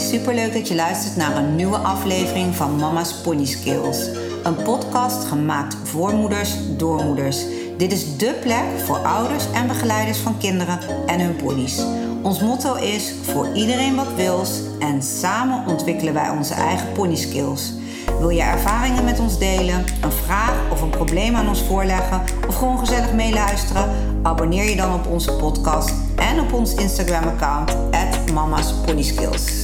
superleuk dat je luistert naar een nieuwe aflevering van Mama's Pony Skills. Een podcast gemaakt voor moeders, door moeders. Dit is dé plek voor ouders en begeleiders van kinderen en hun ponies. Ons motto is voor iedereen wat wils en samen ontwikkelen wij onze eigen pony skills. Wil je ervaringen met ons delen, een vraag of een probleem aan ons voorleggen of gewoon gezellig meeluisteren? Abonneer je dan op onze podcast en op ons Instagram-account @mamasponyskills.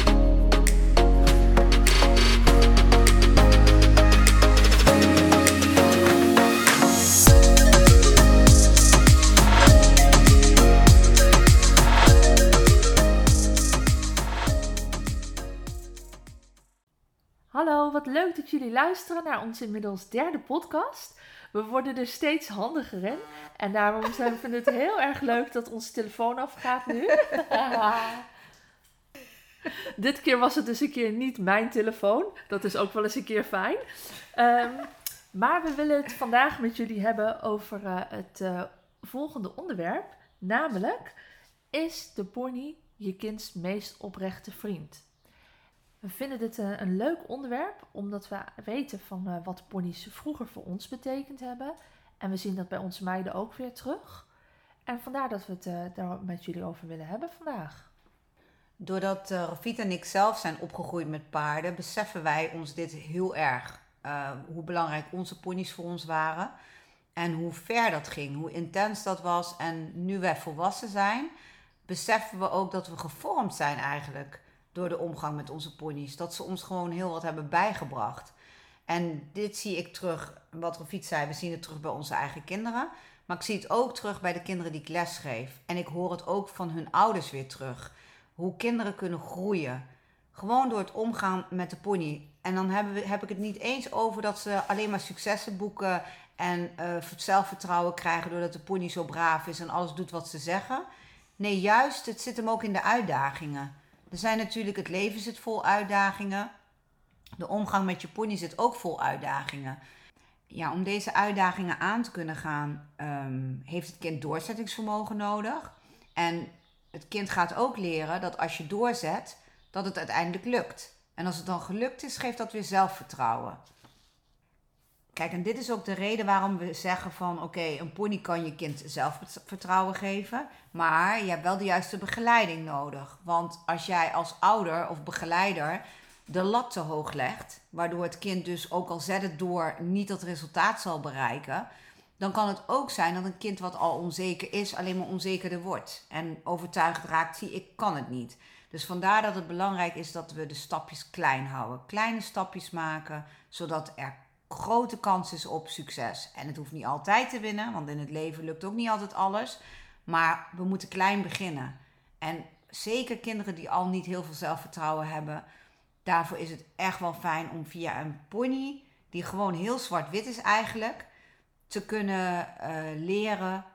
Hallo, wat leuk dat jullie luisteren naar onze inmiddels derde podcast. We worden er steeds handiger in en daarom vinden we het heel erg leuk dat onze telefoon afgaat nu. Dit keer was het dus een keer niet mijn telefoon, dat is ook wel eens een keer fijn. Maar we willen het vandaag met jullie hebben over het volgende onderwerp, namelijk: is de pony je kinds meest oprechte vriend? We vinden dit een leuk onderwerp, omdat we weten van wat ponies vroeger voor ons betekend hebben. En we zien dat bij onze meiden ook weer terug. En vandaar dat we het daar met jullie over willen hebben vandaag. Doordat Rafita en ik zelf zijn opgegroeid met paarden, beseffen wij ons dit heel erg. Hoe belangrijk onze ponies voor ons waren. En hoe ver dat ging, hoe intens dat was. En nu wij volwassen zijn, beseffen we ook dat we gevormd zijn eigenlijk door de omgang met onze ponies. Dat ze ons gewoon heel wat hebben bijgebracht. En dit zie ik terug, wat Rafit zei, we zien het terug bij onze eigen kinderen. Maar ik zie het ook terug bij de kinderen die ik lesgeef. En ik hoor het ook van hun ouders weer terug. Hoe kinderen kunnen groeien. Gewoon door het omgaan met de pony. En dan heb ik het niet eens over dat ze alleen maar successen boeken en zelfvertrouwen krijgen doordat de pony zo braaf is en alles doet wat ze zeggen. Nee, juist, het zit hem ook in de uitdagingen. Er zijn natuurlijk, het leven zit vol uitdagingen. De omgang met je pony zit ook vol uitdagingen. Ja, om deze uitdagingen aan te kunnen gaan, heeft het kind doorzettingsvermogen nodig. En het kind gaat ook leren dat als je doorzet, dat het uiteindelijk lukt. En als het dan gelukt is, geeft dat weer zelfvertrouwen. Kijk, en dit is ook de reden waarom we zeggen van oké, een pony kan je kind zelfvertrouwen geven, maar je hebt wel de juiste begeleiding nodig. Want als jij als ouder of begeleider de lat te hoog legt, waardoor het kind dus ook al zet het door niet dat resultaat zal bereiken, dan kan het ook zijn dat een kind wat al onzeker is, alleen maar onzekerder wordt. En overtuigd raakt, ik kan het niet. Dus vandaar dat het belangrijk is dat we de stapjes klein houden. Kleine stapjes maken, zodat er grote kans is op succes. En het hoeft niet altijd te winnen, want in het leven lukt ook niet altijd alles. Maar we moeten klein beginnen. En zeker kinderen die al niet heel veel zelfvertrouwen hebben, daarvoor is het echt wel fijn om via een pony, die gewoon heel zwart-wit is eigenlijk, te kunnen leren,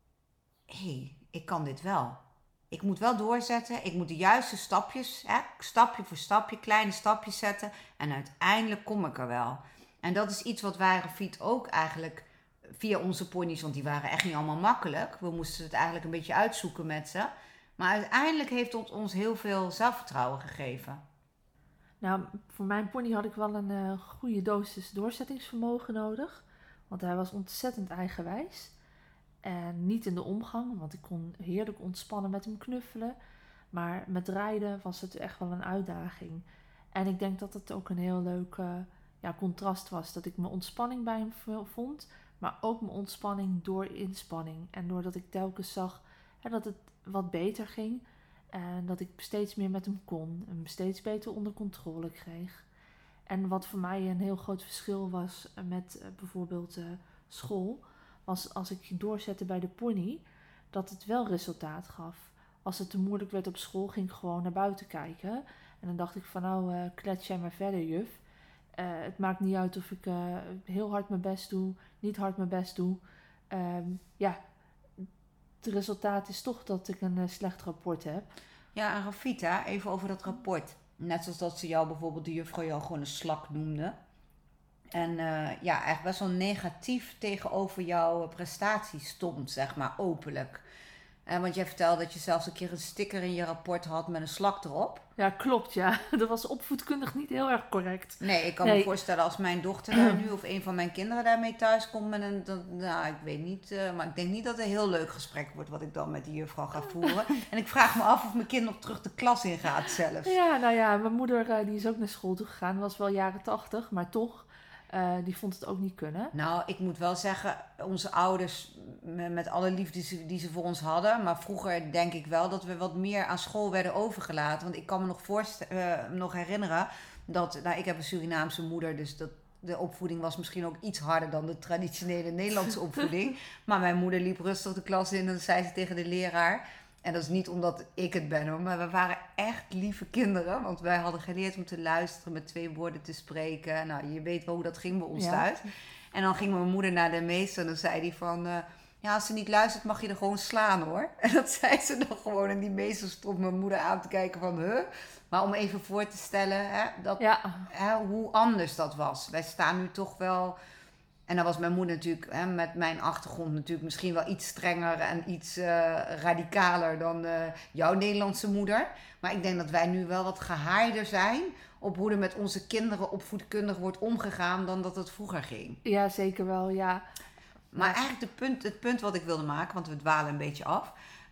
ik kan dit wel. Ik moet wel doorzetten, ik moet de juiste stapjes, stapje voor stapje, kleine stapjes zetten en uiteindelijk kom ik er wel. En dat is iets wat wij, Rafit, ook eigenlijk via onze ponies, want die waren echt niet allemaal makkelijk. We moesten het eigenlijk een beetje uitzoeken met ze. Maar uiteindelijk heeft het ons heel veel zelfvertrouwen gegeven. Nou, voor mijn pony had ik wel een goede dosis doorzettingsvermogen nodig. Want hij was ontzettend eigenwijs. En niet in de omgang, want ik kon heerlijk ontspannen met hem knuffelen. Maar met rijden was het echt wel een uitdaging. En ik denk dat het ook een heel leuk contrast was. Dat ik mijn ontspanning bij hem vond, maar ook mijn ontspanning door inspanning. En doordat ik telkens zag dat het wat beter ging. En dat ik steeds meer met hem kon. En hem steeds beter onder controle kreeg. En wat voor mij een heel groot verschil was met bijvoorbeeld school, was als ik doorzette bij de pony, dat het wel resultaat gaf. Als het te moeilijk werd op school, ging ik gewoon naar buiten kijken. En dan dacht ik van klets jij maar verder, juf. Het maakt niet uit of ik heel hard mijn best doe, niet hard mijn best doe. Het resultaat is toch dat ik een slecht rapport heb. Ja, en Rafita, even over dat rapport. Net zoals dat ze jou bijvoorbeeld, de juffrouw jou gewoon een slak noemde. En eigenlijk best wel negatief tegenover jouw prestaties stond, zeg maar, openlijk. Want jij vertelde dat je zelfs een keer een sticker in je rapport had met een slak erop. Ja, klopt, ja. Dat was opvoedkundig niet heel erg correct. Nee, ik kan me Nee, voorstellen als mijn dochter daar nu of een van mijn kinderen daarmee thuis komt met een, nou, ik weet niet, maar ik denk niet dat het een heel leuk gesprek wordt wat ik dan met die juffrouw ga voeren. En ik vraag me af of mijn kind nog terug de klas in gaat zelfs. ja, nou ja, mijn moeder die is ook naar school toe gegaan. Was wel jaren 80, maar toch, die vond het ook niet kunnen. Nou, ik moet wel zeggen, onze ouders, met alle liefde die ze voor ons hadden, maar vroeger denk ik wel dat we wat meer aan school werden overgelaten. Want ik kan me nog herinneren dat, nou, ik heb een Surinaamse moeder, dus de opvoeding was misschien ook iets harder dan de traditionele Nederlandse opvoeding. Maar mijn moeder liep rustig de klas in en dan zei ze tegen de leraar. En dat is niet omdat ik het ben hoor, maar we waren echt lieve kinderen. Want wij hadden geleerd om te luisteren, met 2 woorden te spreken. Nou, je weet wel hoe dat ging bij ons Ja. thuis. En dan ging mijn moeder naar de meester en dan zei die van... ja, als ze niet luistert mag je er gewoon slaan hoor. En dat zei ze dan gewoon. En die meester stond mijn moeder aan te kijken van... Maar om even voor te stellen Ja, hoe anders dat was. Wij staan nu toch wel... En dan was mijn moeder natuurlijk, met mijn achtergrond natuurlijk misschien wel iets strenger en iets radicaler dan jouw Nederlandse moeder. Maar ik denk dat wij nu wel wat gehaaider zijn op hoe er met onze kinderen opvoedkundig wordt omgegaan dan dat het vroeger ging. ja, zeker wel, ja. Maar eigenlijk het punt wat ik wilde maken, want we dwalen een beetje af.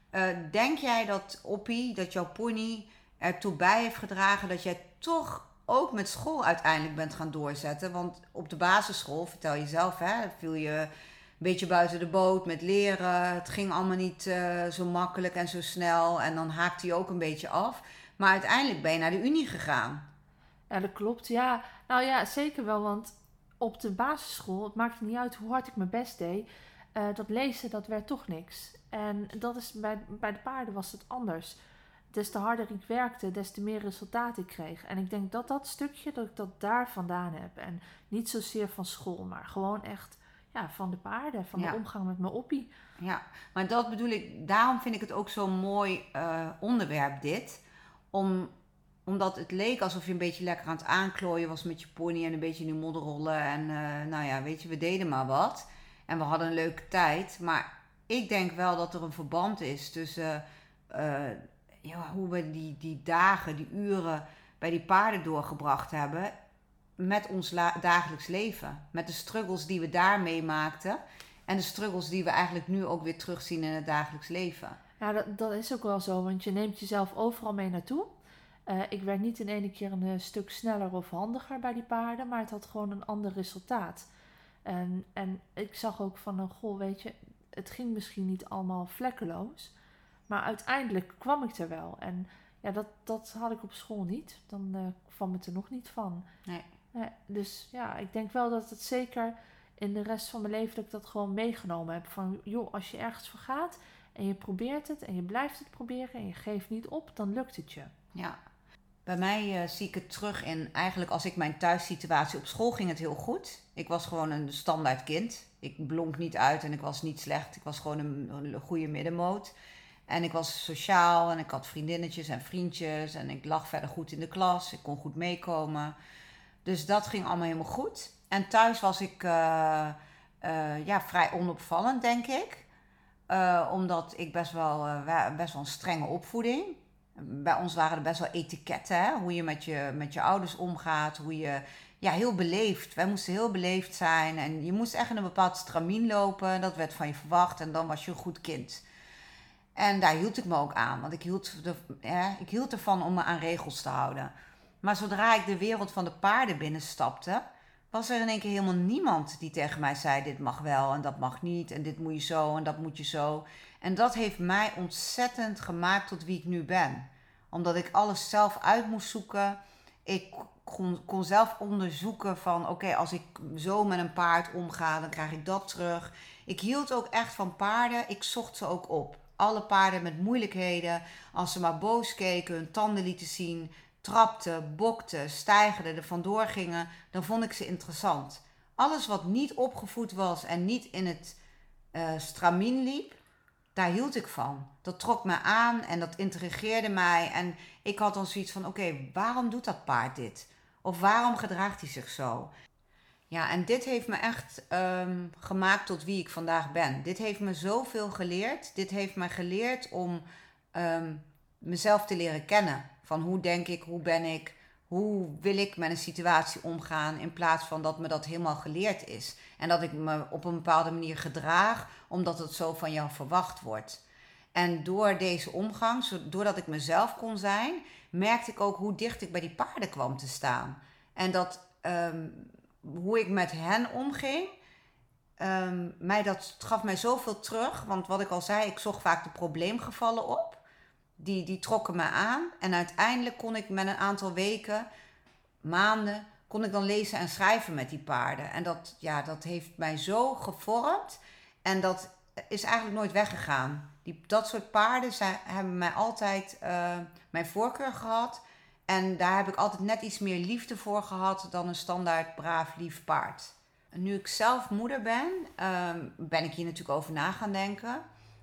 Denk jij dat Oppie, dat jouw pony ertoe bij heeft gedragen dat jij toch ook met school uiteindelijk bent gaan doorzetten? Want op de basisschool, vertel je zelf, viel je een beetje buiten de boot met leren. Het ging allemaal niet zo makkelijk en zo snel. En dan haakte je ook een beetje af. Maar uiteindelijk ben je naar de Unie gegaan. Ja, dat klopt, ja. Nou ja, zeker wel, want op de basisschool, het maakte niet uit hoe hard ik mijn best deed. Dat lezen, dat werd toch niks. En dat is bij de paarden was het anders. Des te harder ik werkte, des te meer resultaat ik kreeg. En ik denk dat dat stukje, dat ik dat daar vandaan heb. En niet zozeer van school, maar gewoon echt van de paarden, van de Ja. omgang met mijn oppie. Ja, maar dat bedoel ik, daarom vind ik het ook zo'n mooi onderwerp dit. Omdat het leek alsof je een beetje lekker aan het aanklooien was met je pony en een beetje in de modder rollen. En nou ja, weet je, we deden maar wat. En we hadden een leuke tijd. Maar ik denk wel dat er een verband is tussen hoe we die dagen, die uren bij die paarden doorgebracht hebben met ons dagelijks leven. Met de struggles die we daar meemaakten. En de struggles die we eigenlijk nu ook weer terugzien in het dagelijks leven. Ja, dat is ook wel zo, want je neemt jezelf overal mee naartoe. Ik werd niet in ene keer een stuk sneller of handiger bij die paarden, maar het had gewoon een ander resultaat. En ik zag ook van, goh, weet je, het ging misschien niet allemaal vlekkeloos, maar uiteindelijk kwam ik er wel. En ja, dat had ik op school niet. Dan kwam het er nog niet van. Nee. Dus ja, ik denk wel dat het zeker in de rest van mijn leven dat ik dat gewoon meegenomen heb. Van, joh, als je ergens voor gaat en je probeert het en je blijft het proberen en je geeft niet op, dan lukt het je. Ja. Bij mij zie ik het terug in eigenlijk als ik mijn thuissituatie op school ging het heel goed. Ik was gewoon een standaard kind. Ik blonk niet uit en ik was niet slecht. Ik was gewoon een goede middenmoot. En ik was sociaal en ik had vriendinnetjes en vriendjes. En ik lag verder goed in de klas. Ik kon goed meekomen. Dus dat ging allemaal helemaal goed. En thuis was ik vrij onopvallend, denk ik. Omdat ik best wel een strenge opvoeding. Bij ons waren er best wel etiketten, hè? Hoe je met je ouders omgaat, hoe je, heel beleefd. Wij moesten heel beleefd zijn en je moest echt in een bepaald stramien lopen. Dat werd van je verwacht en dan was je een goed kind. En daar hield ik me ook aan, want ik hield ervan om me aan regels te houden. Maar zodra ik de wereld van de paarden binnenstapte, was er in één keer helemaal niemand die tegen mij zei: dit mag wel en dat mag niet en dit moet je zo en dat moet je zo. En dat heeft mij ontzettend gemaakt tot wie ik nu ben. Omdat ik alles zelf uit moest zoeken. Ik kon zelf onderzoeken van oké, als ik zo met een paard omga, dan krijg ik dat terug. Ik hield ook echt van paarden. Ik zocht ze ook op. Alle paarden met moeilijkheden. Als ze maar boos keken, hun tanden lieten zien, trapten, bokten, steigerden, er vandoor gingen, dan vond ik ze interessant. Alles wat niet opgevoed was en niet in het stramien liep, daar hield ik van. Dat trok me aan en dat intrigeerde mij. En ik had dan zoiets van, oké, waarom doet dat paard dit? Of waarom gedraagt hij zich zo? Ja, en dit heeft me echt gemaakt tot wie ik vandaag ben. Dit heeft me zoveel geleerd. Dit heeft me geleerd om ehm, mezelf te leren kennen. Van hoe denk ik, hoe ben ik, hoe wil ik met een situatie omgaan. In plaats van dat me dat helemaal geleerd is. En dat ik me op een bepaalde manier gedraag, omdat het zo van jou verwacht wordt. En door deze omgang, doordat ik mezelf kon zijn, merkte ik ook hoe dicht ik bij die paarden kwam te staan. En dat hoe ik met hen omging, dat gaf mij zoveel terug. Want wat ik al zei, ik zocht vaak de probleemgevallen op. Die trokken me aan. En uiteindelijk kon ik met een aantal weken, maanden, kon ik dan lezen en schrijven met die paarden. En dat heeft mij zo gevormd. En dat is eigenlijk nooit weggegaan. Dat soort paarden hebben mij altijd mijn voorkeur gehad. En daar heb ik altijd net iets meer liefde voor gehad dan een standaard braaf lief paard. Nu ik zelf moeder ben, ben ik hier natuurlijk over na gaan denken.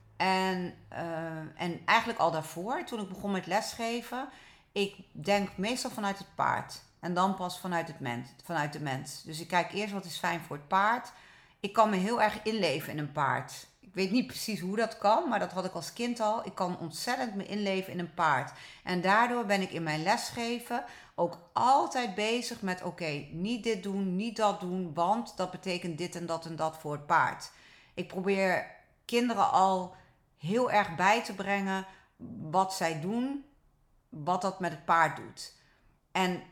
En eigenlijk al daarvoor, toen ik begon met lesgeven, ik denk meestal vanuit het paard. En dan pas vanuit de mens. Dus ik kijk eerst wat is fijn voor het paard. Ik kan me heel erg inleven in een paard. Ik weet niet precies hoe dat kan, maar dat had ik als kind al. Ik kan ontzettend me inleven in een paard. En daardoor ben ik in mijn lesgeven ook altijd bezig met oké, niet dit doen, niet dat doen, want dat betekent dit en dat voor het paard. Ik probeer kinderen al heel erg bij te brengen wat zij doen, wat dat met het paard doet. En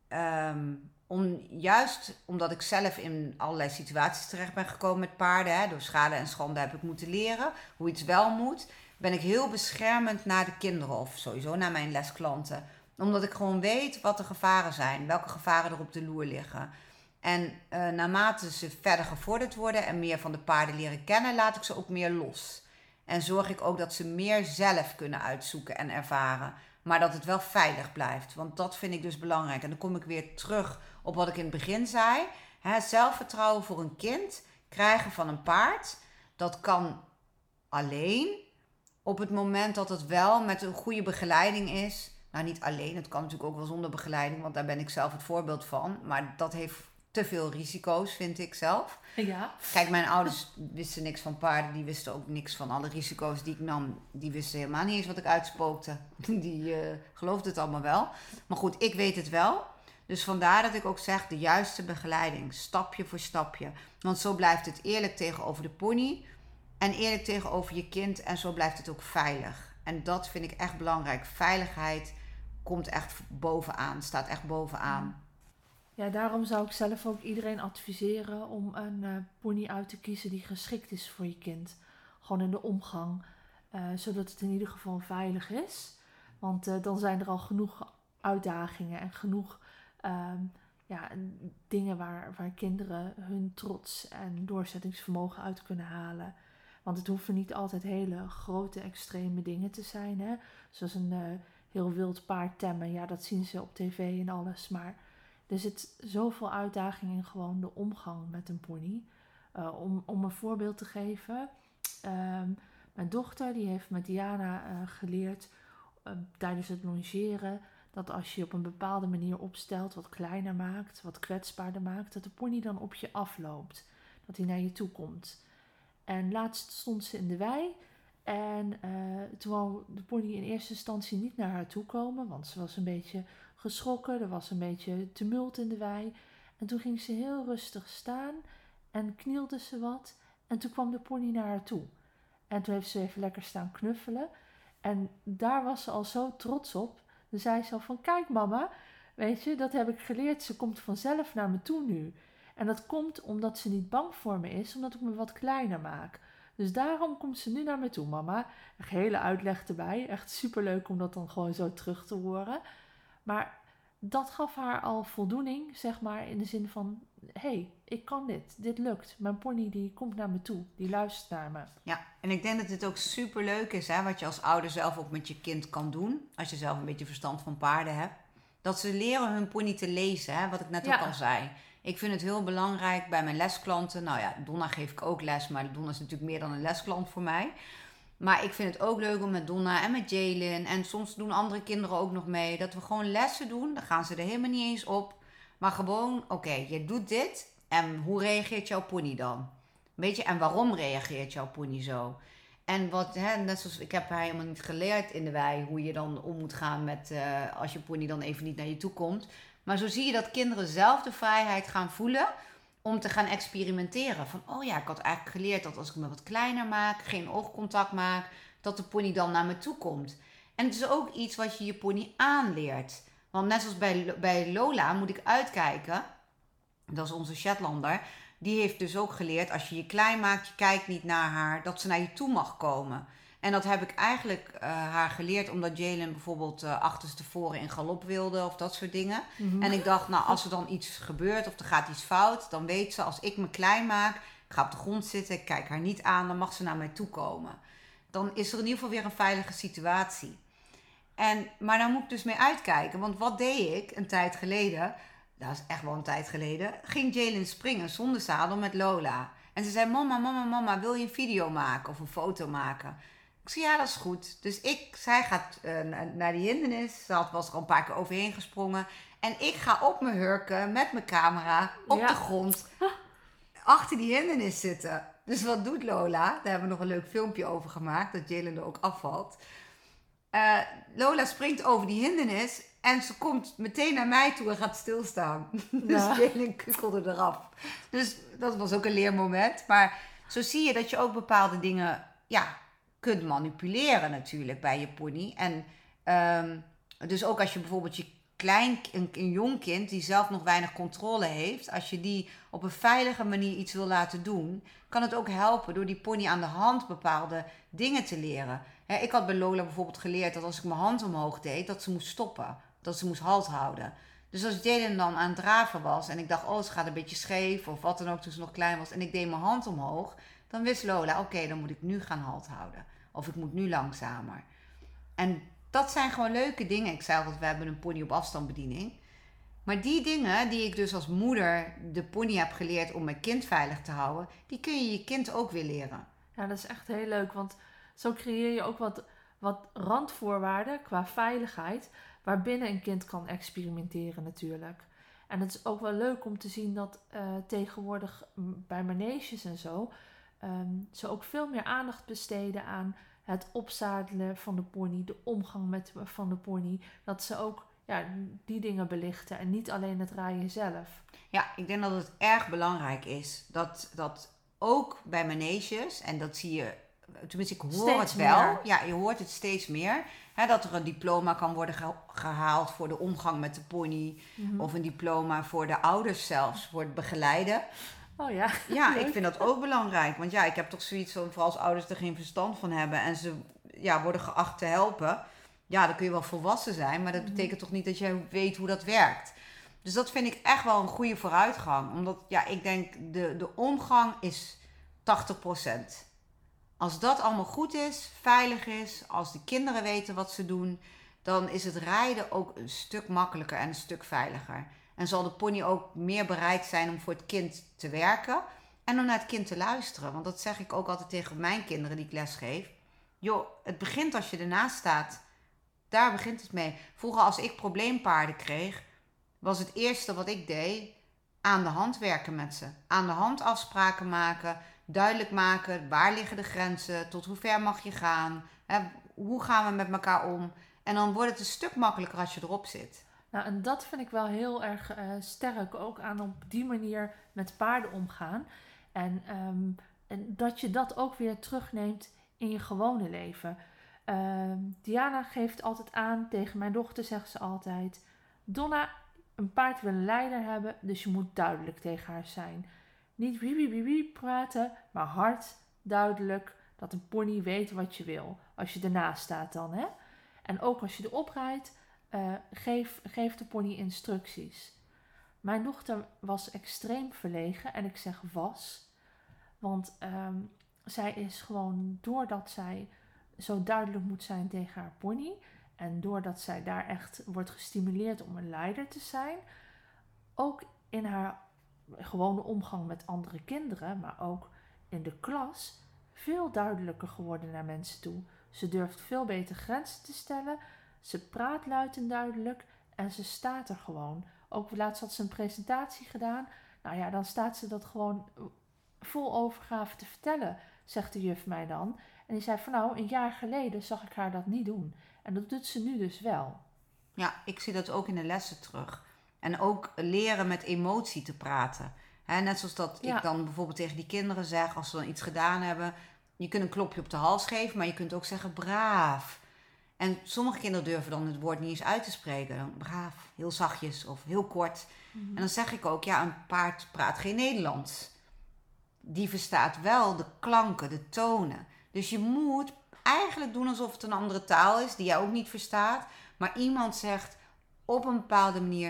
omdat ik zelf in allerlei situaties terecht ben gekomen met paarden, hè, door schade en schande heb ik moeten leren hoe iets wel moet, ben ik heel beschermend naar de kinderen of sowieso naar mijn lesklanten. Omdat ik gewoon weet wat de gevaren zijn, welke gevaren er op de loer liggen. En naarmate ze verder gevorderd worden en meer van de paarden leren kennen, laat ik ze ook meer los. En zorg ik ook dat ze meer zelf kunnen uitzoeken en ervaren. Maar dat het wel veilig blijft. Want dat vind ik dus belangrijk. En dan kom ik weer terug op wat ik in het begin zei. Zelfvertrouwen voor een kind krijgen van een paard. Dat kan alleen op het moment dat het wel met een goede begeleiding is. Nou, niet alleen. Het kan natuurlijk ook wel zonder begeleiding. Want daar ben ik zelf het voorbeeld van. Maar dat heeft te veel risico's, vind ik zelf. Ja. Kijk, mijn ouders wisten niks van paarden. Die wisten ook niks van alle risico's die ik nam. Die wisten helemaal niet eens wat ik uitspookte. Die geloofden het allemaal wel. Maar goed, ik weet het wel. Dus vandaar dat ik ook zeg, de juiste begeleiding. Stapje voor stapje. Want zo blijft het eerlijk tegenover de pony. En eerlijk tegenover je kind. En zo blijft het ook veilig. En dat vind ik echt belangrijk. Veiligheid komt echt bovenaan. Staat echt bovenaan. Ja, daarom zou ik zelf ook iedereen adviseren om een pony uit te kiezen die geschikt is voor je kind. Gewoon in de omgang, zodat het in ieder geval veilig is. Want dan zijn er al genoeg uitdagingen en genoeg dingen waar kinderen hun trots en doorzettingsvermogen uit kunnen halen. Want het hoeven niet altijd hele grote, extreme dingen te zijn. Hè? Zoals een heel wild paard temmen, ja, dat zien ze op tv en alles, maar er zit zoveel uitdaging in gewoon de omgang met een pony. Om een voorbeeld te geven. Mijn dochter die heeft met Diana geleerd tijdens het longeren dat als je op een bepaalde manier opstelt, wat kleiner maakt, wat kwetsbaarder maakt, dat de pony dan op je afloopt. Dat hij naar je toe komt. En laatst stond ze in de wei en toen wou de pony in eerste instantie niet naar haar toe komen, want ze was een beetje geschrokken, er was een beetje tumult in de wei. En toen ging ze heel rustig staan en knielde ze wat en toen kwam de pony naar haar toe. En toen heeft ze even lekker staan knuffelen en daar was ze al zo trots op. Dan zei ze al van, kijk mama, weet je, dat heb ik geleerd, ze komt vanzelf naar me toe nu. En dat komt omdat ze niet bang voor me is, omdat ik me wat kleiner maak. Dus daarom komt ze nu naar me toe, mama. Een hele uitleg erbij. Echt superleuk om dat dan gewoon zo terug te horen. Maar dat gaf haar al voldoening, zeg maar, in de zin van, hé, ik kan dit. Dit lukt. Mijn pony die komt naar me toe. Die luistert naar me. Ja, en ik denk dat het ook superleuk is, hè, wat je als ouder zelf ook met je kind kan doen. Als je zelf een beetje verstand van paarden hebt. Dat ze leren hun pony te lezen, hè, wat ik net ook al zei. Ik vind het heel belangrijk bij mijn lesklanten. Nou ja, Donna geef ik ook les, maar Donna is natuurlijk meer dan een lesklant voor mij. Maar ik vind het ook leuk om met Donna en met Jalen, en soms doen andere kinderen ook nog mee, dat we gewoon lessen doen. Dan gaan ze er helemaal niet eens op. Maar gewoon, oké, je doet dit En hoe reageert jouw pony dan? Weet je, en waarom reageert jouw pony zo? En wat, net zoals ik heb haar helemaal niet geleerd in de wei hoe je dan om moet gaan met als je pony dan even niet naar je toe komt. Maar zo zie je dat kinderen zelf de vrijheid gaan voelen om te gaan experimenteren. Van, oh ja, ik had eigenlijk geleerd dat als ik me wat kleiner maak, geen oogcontact maak, dat de pony dan naar me toe komt. En het is ook iets wat je je pony aanleert. Want net zoals bij Lola moet ik uitkijken. Dat is onze Shetlander. Die heeft dus ook geleerd, als je je klein maakt, je kijkt niet naar haar, dat ze naar je toe mag komen. En dat heb ik eigenlijk haar geleerd omdat Jalen bijvoorbeeld achterstevoren in galop wilde of dat soort dingen. Mhm. En ik dacht, nou, als er dan iets gebeurt of er gaat iets fout, dan weet ze, als ik me klein maak, ik ga op de grond zitten, ik kijk haar niet aan, dan mag ze naar mij toe komen. Dan is er in ieder geval weer een veilige situatie. Maar daar moet ik dus mee uitkijken. Want wat deed ik een tijd geleden? Dat is echt wel een tijd geleden. Ging Jalen springen zonder zadel met Lola. En ze zei, mama, wil je een video maken of een foto maken? Ik zei, ja, dat is goed. Dus zij gaat naar die hindernis. Ze was er al een paar keer overheen gesprongen. En ik ga op mijn hurken met mijn camera op de grond achter die hindernis zitten. Dus wat doet Lola? Daar hebben we nog een leuk filmpje over gemaakt. Dat Jalen er ook afvalt. Lola springt over die hindernis en ze komt meteen naar mij toe en gaat stilstaan. Dus Jalen kukkelde eraf. Dus dat was ook een leermoment. Maar zo zie je dat je ook bepaalde dingen kunt manipuleren natuurlijk bij je pony. En dus ook als je bijvoorbeeld een jong kind die zelf nog weinig controle heeft, als je die op een veilige manier iets wil laten doen, kan het ook helpen door die pony aan de hand bepaalde dingen te leren. Ik had bij Lola bijvoorbeeld geleerd dat als ik mijn hand omhoog deed, dat ze moest stoppen. Dat ze moest halt houden. Dus als Jalen dan aan het draven was en ik dacht, oh, ze gaat een beetje scheef of wat dan ook toen ze nog klein was en ik deed mijn hand omhoog, dan wist Lola, oké, dan moet ik nu gaan halt houden. Of ik moet nu langzamer. En dat zijn gewoon leuke dingen. Ik zei altijd, we hebben een pony op afstandsbediening. Maar die dingen die ik dus als moeder de pony heb geleerd om mijn kind veilig te houden, die kun je je kind ook weer leren. Ja, dat is echt heel leuk, want zo creëer je ook wat randvoorwaarden qua veiligheid, waarbinnen een kind kan experimenteren natuurlijk. En het is ook wel leuk om te zien dat tegenwoordig bij maneges en zo, ze ook veel meer aandacht besteden aan het opzadelen van de pony, de omgang van de pony. Dat ze ook die dingen belichten en niet alleen het rijden zelf. Ja, ik denk dat het erg belangrijk is dat ook bij maneges, en dat zie je, tenminste ik hoor Steeds het wel. meer. Ja, je hoort het steeds meer. Dat er een diploma kan worden gehaald voor de omgang met de pony. Mhm. Of een diploma voor de ouders zelfs, voor het begeleiden. Oh ja. Ja, Leuk. ik vind dat ook belangrijk. Want ik heb toch zoiets van, vooral als ouders er geen verstand van hebben en ze worden geacht te helpen. Ja, dan kun je wel volwassen zijn, maar dat betekent toch niet dat je weet hoe dat werkt. Dus dat vind ik echt wel een goede vooruitgang. Omdat, ik denk, de omgang is 80%. Als dat allemaal goed is, veilig is, als de kinderen weten wat ze doen, dan is het rijden ook een stuk makkelijker en een stuk veiliger. En zal de pony ook meer bereid zijn om voor het kind te werken en om naar het kind te luisteren. Want dat zeg ik ook altijd tegen mijn kinderen die ik les geef. Joh, het begint als je ernaast staat. Daar begint het mee. Vroeger als ik probleempaarden kreeg, was het eerste wat ik deed aan de hand werken met ze. Aan de hand afspraken maken, duidelijk maken waar liggen de grenzen, tot hoe ver mag je gaan, hoe gaan we met elkaar om. En dan wordt het een stuk makkelijker als je erop zit. Nou, en dat vind ik wel heel erg sterk, ook aan op die manier met paarden omgaan. En dat je dat ook weer terugneemt in je gewone leven. Diana geeft altijd aan, tegen mijn dochter zegt ze altijd, Donna, een paard wil een leider hebben, dus je moet duidelijk tegen haar zijn. Niet wie praten, maar hard, duidelijk, dat een pony weet wat je wil. Als je ernaast staat dan, hè. En ook als je erop rijdt, geef de pony instructies. Mijn dochter was extreem verlegen en ik zeg was. Want zij is gewoon, doordat zij zo duidelijk moet zijn tegen haar pony en doordat zij daar echt wordt gestimuleerd om een leider te zijn, ook in haar gewone omgang met andere kinderen, maar ook in de klas, veel duidelijker geworden naar mensen toe. Ze durft veel beter grenzen te stellen, ze praat luid en duidelijk en ze staat er gewoon. Ook laatst had ze een presentatie gedaan. Nou ja, dan staat ze dat gewoon vol overgave te vertellen, zegt de juf mij dan. En die zei van nou, een jaar geleden zag ik haar dat niet doen. En dat doet ze nu dus wel. Ja, ik zie dat ook in de lessen terug. En ook leren met emotie te praten. Net zoals dat ik Ja, dan bijvoorbeeld tegen die kinderen zeg, als ze dan iets gedaan hebben. Je kunt een klopje op de hals geven, maar je kunt ook zeggen braaf. En sommige kinderen durven dan het woord niet eens uit te spreken. Dan braaf, heel zachtjes of heel kort. En dan zeg ik ook, ja, een paard praat geen Nederlands. Die verstaat wel de klanken, de tonen. Dus je moet eigenlijk doen alsof het een andere taal is, die jij ook niet verstaat. Maar iemand zegt op een bepaalde manier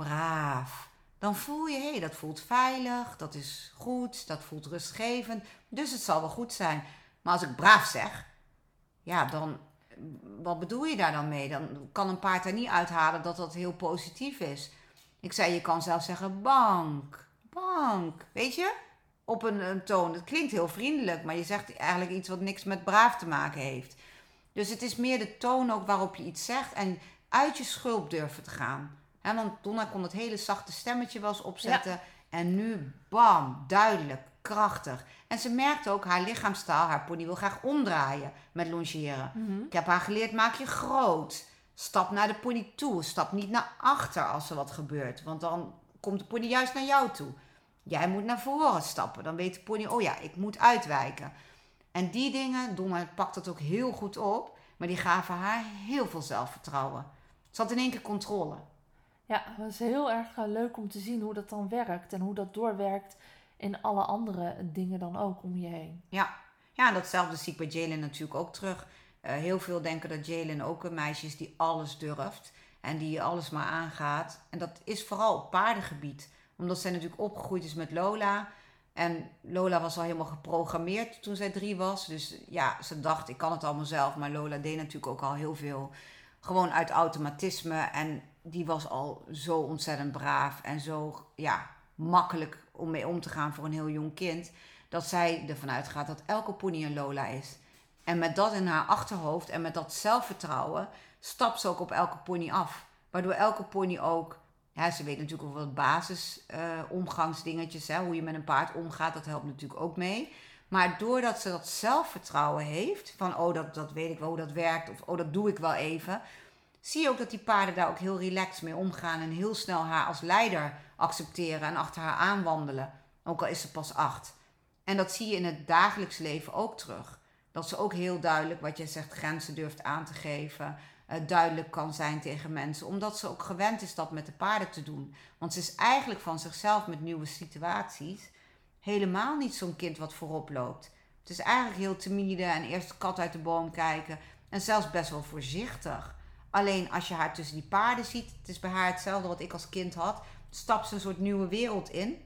braaf. Dan voel je, hé, dat voelt veilig, dat is goed, dat voelt rustgevend. Dus het zal wel goed zijn. Maar als ik braaf zeg, ja, dan, wat bedoel je daar dan mee? Dan kan een paard daar niet uithalen dat dat heel positief is. Ik zei, je kan zelfs zeggen bank, bank, weet je? Op een toon. Het klinkt heel vriendelijk, maar je zegt eigenlijk iets wat niks met braaf te maken heeft. Dus het is meer de toon ook waarop je iets zegt en uit je schulp durven te gaan. Want Donna kon het hele zachte stemmetje wel eens ja. opzetten. En nu, bam, duidelijk, krachtig. En ze merkte ook haar lichaamstaal. Haar pony wil graag omdraaien met longeren. Mhm. Ik heb haar geleerd, maak je groot. Stap naar de pony toe. Stap niet naar achter als er wat gebeurt. Want dan komt de pony juist naar jou toe. Jij moet naar voren stappen. Dan weet de pony, oh ja, ik moet uitwijken. En die dingen, Donna pakt dat ook heel goed op. Maar die gaven haar heel veel zelfvertrouwen. Ze had in één keer controle. Ja, het was heel erg leuk om te zien hoe dat dan werkt. En hoe dat doorwerkt in alle andere dingen dan ook om je heen. Ja, ja, en datzelfde zie ik bij Jalen natuurlijk ook terug. Heel veel denken dat Jalen ook een meisje is die alles durft. En die alles maar aangaat. En dat is vooral op paardengebied. Omdat zij natuurlijk opgegroeid is met Lola. En Lola was al helemaal geprogrammeerd toen zij 3 was. Dus ja, ze dacht, ik kan het allemaal zelf. Maar Lola deed natuurlijk ook al heel veel. Gewoon uit automatisme. En die was al zo ontzettend braaf. En zo, ja, makkelijk om mee om te gaan voor een heel jong kind. Dat zij ervan uitgaat dat elke pony een Lola is. En met dat in haar achterhoofd en met dat zelfvertrouwen stapt ze ook op elke pony af. Waardoor elke pony ook, ja, ze weet natuurlijk ook wat basis omgangsdingetjes, hoe je met een paard omgaat, dat helpt natuurlijk ook mee. Maar doordat ze dat zelfvertrouwen heeft, van oh, dat weet ik wel hoe dat werkt, of oh, dat doe ik wel even, zie je ook dat die paarden daar ook heel relaxed mee omgaan en heel snel haar als leider accepteren en achter haar aanwandelen. Ook al is ze pas 8. En dat zie je in het dagelijks leven ook terug. Dat ze ook heel duidelijk, wat jij zegt, grenzen durft aan te geven. Duidelijk kan zijn tegen mensen. Omdat ze ook gewend is dat met de paarden te doen. Want ze is eigenlijk van zichzelf met nieuwe situaties helemaal niet zo'n kind wat voorop loopt. Het is eigenlijk heel timide en eerst de kat uit de boom kijken. En zelfs best wel voorzichtig. Alleen als je haar tussen die paarden ziet, het is bij haar hetzelfde wat ik als kind had, stapt ze een soort nieuwe wereld in.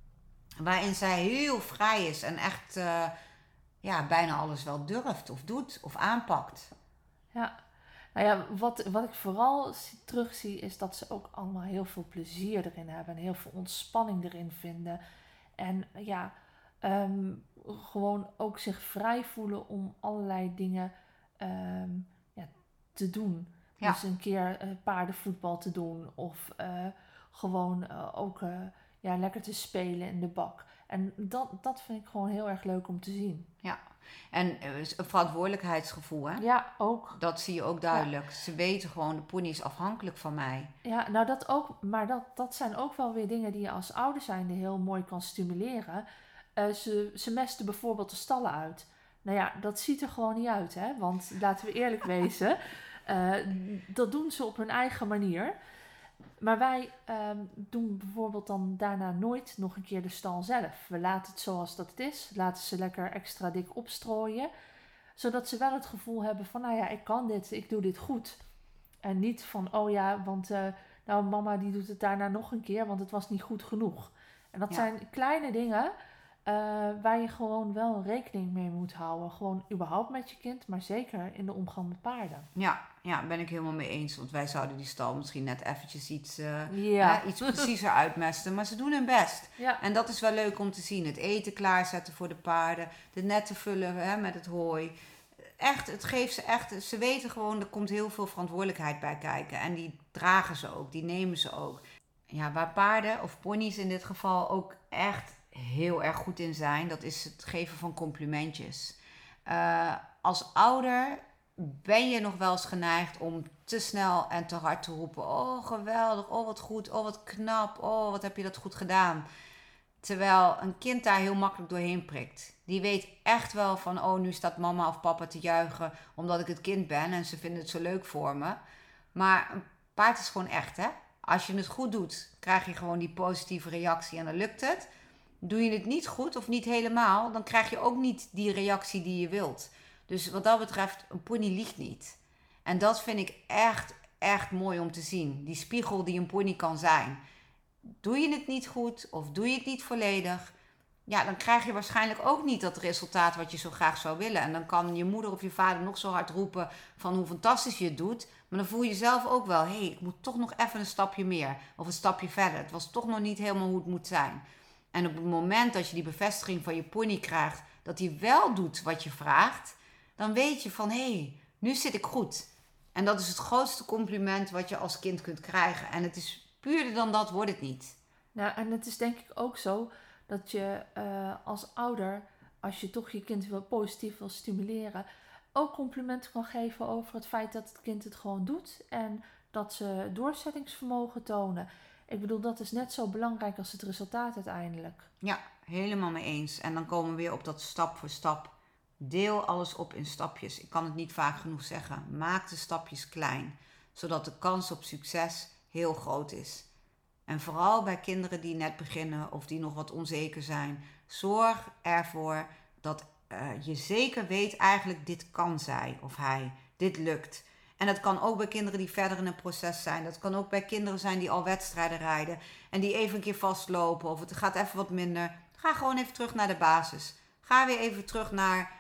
Waarin zij heel vrij is en echt ja, bijna alles wel durft of doet of aanpakt. Ja, nou ja, wat ik vooral terugzie is dat ze ook allemaal heel veel plezier erin hebben. En heel veel ontspanning erin vinden. En ja, ehm, gewoon ook zich vrij voelen om allerlei dingen ehm, ja, te doen. Ja, Dus een keer paardenvoetbal te doen of gewoon ook ja, lekker te spelen in de bak. En dat vind ik gewoon heel erg leuk om te zien. ja. En een verantwoordelijkheidsgevoel, hè? Ja, ook. Dat zie je ook Ja, duidelijk. Ze weten gewoon, de pony is afhankelijk van mij. ja, nou dat ook, maar dat zijn ook wel weer dingen die je als ouder zijnde heel mooi kan stimuleren. Ze mesten bijvoorbeeld de stallen uit. Nou ja, dat ziet er gewoon niet uit, hè? Want laten we eerlijk wezen, eh, dat doen ze op hun eigen manier. Maar wij doen bijvoorbeeld dan daarna nooit nog een keer de stal zelf. We laten het zoals dat het is, laten ze lekker extra dik opstrooien, zodat ze wel het gevoel hebben van, nou ja, ik kan dit, ik doe dit goed. En niet van, oh ja, want nou mama die doet het daarna nog een keer, want het was niet goed genoeg. En dat Ja, zijn kleine dingen waar je gewoon wel rekening mee moet houden. Gewoon überhaupt met je kind, maar zeker in de omgang met paarden. ja, ja, ben ik helemaal mee eens. Want wij zouden die stal misschien net eventjes Ja, iets preciezer uitmesten. Maar ze doen hun best. ja, En dat is wel leuk om te zien. Het eten klaarzetten voor de paarden. De netten vullen met het hooi. Echt, het geeft ze echt. Ze weten gewoon, er komt heel veel verantwoordelijkheid bij kijken. En die dragen ze ook, die nemen ze ook. waar paarden of ponies in dit geval ook echt heel erg goed in zijn, dat is het geven van complimentjes. Als ouder ben je nog wel eens geneigd om te snel en te hard te roepen. Oh, geweldig. Oh, wat goed. Oh, wat knap. Oh, wat heb je dat goed gedaan. Terwijl een kind daar heel makkelijk doorheen prikt. Die weet echt wel van, oh, nu staat mama of papa te juichen omdat ik het kind ben en ze vinden het zo leuk voor me. Maar een paard is gewoon echt, hè. Als je het goed doet, krijg je gewoon die positieve reactie en dan lukt het. Doe je het niet goed of niet helemaal, dan krijg je ook niet die reactie die je wilt. Dus wat dat betreft, een pony liegt niet. En dat vind ik echt, echt mooi om te zien. Die spiegel die een pony kan zijn. Doe je het niet goed of doe je het niet volledig, ja, dan krijg je waarschijnlijk ook niet dat resultaat wat je zo graag zou willen. En dan kan je moeder of je vader nog zo hard roepen van hoe fantastisch je het doet. Maar dan voel je zelf ook wel, hé, ik moet toch nog even een stapje meer. Of een stapje verder. Het was toch nog niet helemaal hoe het moet zijn. En op het moment dat je die bevestiging van je pony krijgt, dat hij wel doet wat je vraagt, dan weet je van, hé, nu zit ik goed. En dat is het grootste compliment wat je als kind kunt krijgen. En het is puurder dan dat, wordt het niet. Nou, en het is denk ik ook zo dat je als ouder, als je toch je kind positief wil stimuleren, ook complimenten kan geven over het feit dat het kind het gewoon doet en dat ze doorzettingsvermogen tonen. Ik bedoel, dat is net zo belangrijk als het resultaat uiteindelijk. Ja, helemaal mee eens. En dan komen we weer op dat stap voor stap. Deel alles op in stapjes. Ik kan het niet vaak genoeg zeggen. Maak de stapjes klein, zodat de kans op succes heel groot is. En vooral bij kinderen die net beginnen of die nog wat onzeker zijn, zorg ervoor dat je zeker weet eigenlijk dit kan zij of hij, dit lukt. En dat kan ook bij kinderen die verder in een proces zijn. Dat kan ook bij kinderen zijn die al wedstrijden rijden en die even een keer vastlopen of het gaat even wat minder. Ga gewoon even terug naar de basis. Ga weer even terug naar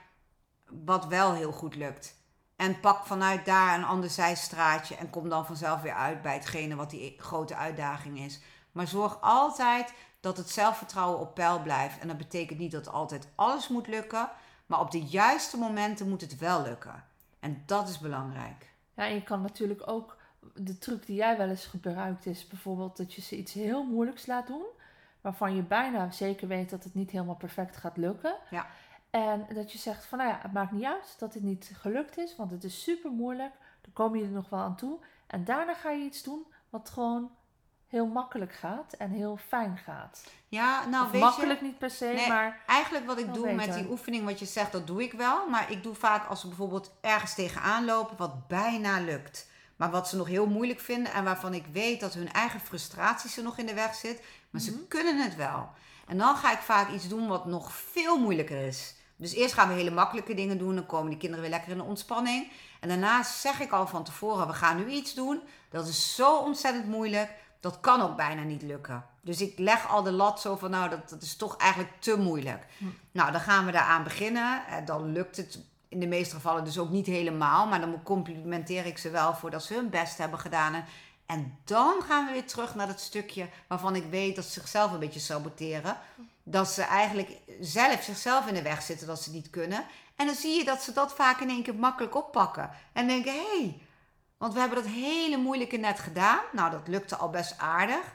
wat wel heel goed lukt. En pak vanuit daar een ander zijstraatje en kom dan vanzelf weer uit bij hetgene wat die grote uitdaging is. Maar zorg altijd dat het zelfvertrouwen op peil blijft. En dat betekent niet dat altijd alles moet lukken, maar op de juiste momenten moet het wel lukken. En dat is belangrijk. Ja, en je kan natuurlijk ook, de truc die jij wel eens gebruikt is bijvoorbeeld dat je ze iets heel moeilijks laat doen, waarvan je bijna zeker weet dat het niet helemaal perfect gaat lukken. Ja. En dat je zegt van, nou ja, het maakt niet uit dat het niet gelukt is, want het is super moeilijk. Dan kom je er nog wel aan toe. En daarna ga je iets doen wat gewoon heel makkelijk gaat en heel fijn gaat. Ja, nou Of weet makkelijk je, niet per se, nee, maar eigenlijk wat ik wel doe met beter. die oefening, wat je zegt, dat doe ik wel. Maar ik doe vaak als ze bijvoorbeeld ergens tegenaan lopen wat bijna lukt. Maar wat ze nog heel moeilijk vinden en waarvan ik weet dat hun eigen frustraties er nog in de weg zit. Maar ze kunnen het wel. En dan ga ik vaak iets doen wat nog veel moeilijker is. Dus eerst gaan we hele makkelijke dingen doen. Dan komen die kinderen weer lekker in de ontspanning. En daarna zeg ik al van tevoren, we gaan nu iets doen. Dat is zo ontzettend moeilijk. Dat kan ook bijna niet lukken. Dus ik leg al de lat zo van, nou, dat is toch eigenlijk te moeilijk. Nou, dan gaan we daaraan beginnen. Dan lukt het in de meeste gevallen dus ook niet helemaal. Maar dan complimenteer ik ze wel voor dat ze hun best hebben gedaan. En dan gaan we weer terug naar dat stukje waarvan ik weet dat ze zichzelf een beetje saboteren. Dat ze eigenlijk zelf zichzelf in de weg zitten, dat ze niet kunnen. En dan zie je dat ze dat vaak in één keer makkelijk oppakken. En denken, hé, want we hebben dat hele moeilijke net gedaan. Nou, dat lukte al best aardig.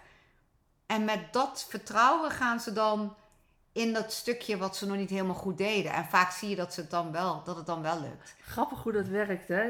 En met dat vertrouwen gaan ze dan in dat stukje wat ze nog niet helemaal goed deden. En vaak zie je dat het dan wel lukt. Grappig hoe dat werkt, hè?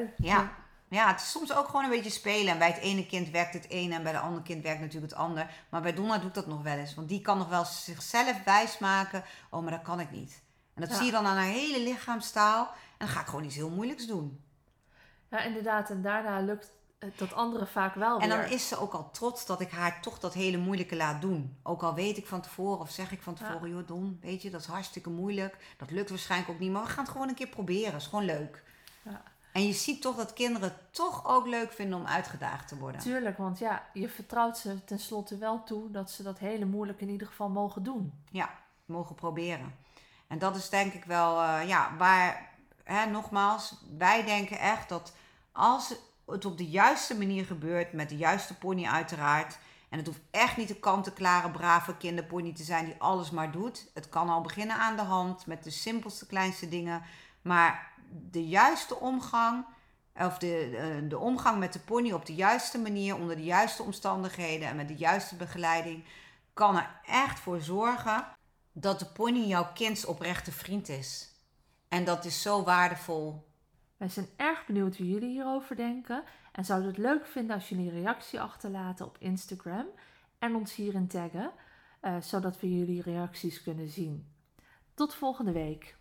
Ja, het is soms ook gewoon een beetje spelen. En bij het ene kind werkt het ene en bij het andere kind werkt natuurlijk het ander. Maar bij Donna doe ik dat nog wel eens. Want die kan nog wel zichzelf wijsmaken. Oh, maar dat kan ik niet. En dat zie je dan aan haar hele lichaamstaal. En dan ga ik gewoon iets heel moeilijks doen. Ja, inderdaad. En daarna lukt dat andere vaak wel En weer. dan is ze ook al trots dat ik haar toch dat hele moeilijke laat doen. Ook al weet ik van tevoren of zeg ik van tevoren, joh Don, weet je, dat is hartstikke moeilijk. Dat lukt waarschijnlijk ook niet, maar we gaan het gewoon een keer proberen. Het is gewoon leuk. Ja. En je ziet toch dat kinderen het toch ook leuk vinden om uitgedaagd te worden. Tuurlijk, want ja, je vertrouwt ze tenslotte wel toe dat ze dat hele moeilijk in ieder geval mogen doen. Ja, mogen proberen. En dat is denk ik wel, waar, nogmaals, wij denken echt dat als het op de juiste manier gebeurt, met de juiste pony uiteraard. En het hoeft echt niet de kant-en-klare, brave kinderpony te zijn die alles maar doet. Het kan al beginnen aan de hand met de simpelste, kleinste dingen. Maar de juiste omgang of de omgang met de pony op de juiste manier, onder de juiste omstandigheden en met de juiste begeleiding, kan er echt voor zorgen dat de pony jouw kinds oprechte vriend is. En dat is zo waardevol. Wij zijn erg benieuwd hoe jullie hierover denken en zouden het leuk vinden als jullie een reactie achterlaten op Instagram en ons hierin taggen, zodat we jullie reacties kunnen zien. Tot volgende week.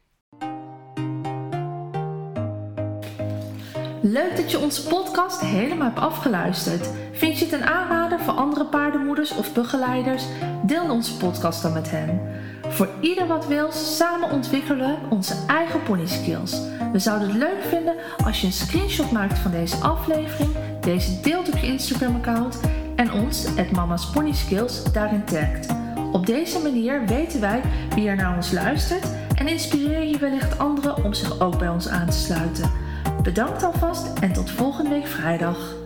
Leuk dat je onze podcast helemaal hebt afgeluisterd. Vind je het een aanrader voor andere paardenmoeders of begeleiders? Deel onze podcast dan met hen. Voor ieder wat wil, samen ontwikkelen we onze eigen pony skills. We zouden het leuk vinden als je een screenshot maakt van deze aflevering, deze deelt op je Instagram account en ons, @Mama's Pony Skills, daarin tagt. Op deze manier weten wij wie er naar ons luistert en inspireer je wellicht anderen om zich ook bij ons aan te sluiten. Bedankt alvast en tot volgende week vrijdag.